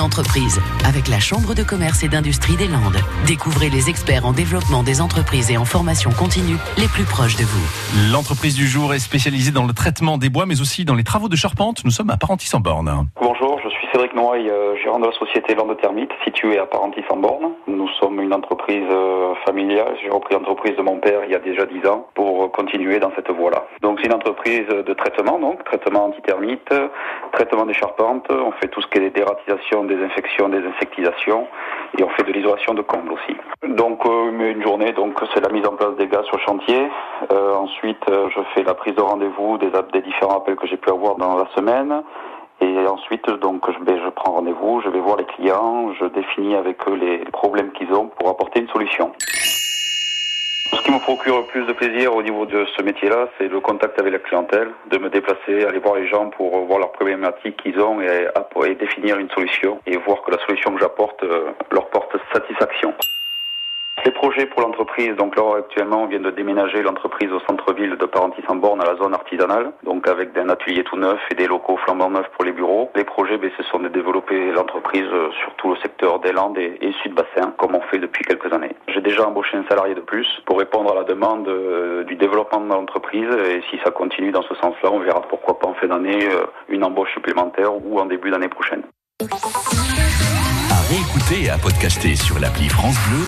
entreprise avec la Chambre de commerce et d'industrie des Landes. Découvrez les experts en développement des entreprises et en formation continue les plus proches de vous. L'entreprise du jour est spécialisée dans le traitement des bois, mais aussi dans les travaux de charpente. Nous sommes à Parentis-en-Born. Bonjour, je suis Cédric Noailles, gérant de la société Landes Thermite, située à Parentis-en-Born. Nous sommes une entreprise familiale. J'ai repris l'entreprise de mon père il y a déjà 10 ans pour continuer dans cette voie-là. Donc c'est une entreprise de traitement, traitement anti-thermite, traitement des charpentes. On fait tout ce qui est dératisation, désinfection, désinsectisation et on fait de l'isolation de combles aussi. Donc une journée, c'est la mise en place des gaz sur le chantier. Ensuite, je fais la prise de rendez-vous des différents appels que j'ai pu avoir dans la semaine. Et ensuite, je prends rendez-vous, je vais voir les clients, je définis avec eux les problèmes qu'ils ont pour apporter une solution. Ce qui me procure le plus de plaisir au niveau de ce métier-là, c'est le contact avec la clientèle, de me déplacer, aller voir les gens pour voir leurs problématiques qu'ils ont et définir une solution et voir que la solution que j'apporte leur porte satisfaction. Les projets pour l'entreprise, là actuellement on vient de déménager l'entreprise au centre-ville de Parentis-en-Born à la zone artisanale, avec un atelier tout neuf et des locaux flambant neufs pour les bureaux. Les projets, ce sont de développer l'entreprise sur tout le secteur des Landes et Sud-Bassin, comme on fait depuis quelques années. J'ai déjà embauché un salarié de plus pour répondre à la demande du développement de l'entreprise et si ça continue dans ce sens-là, on verra pourquoi pas en fin d'année une embauche supplémentaire ou en début d'année prochaine. À réécouter et à podcaster sur l'appli France Bleu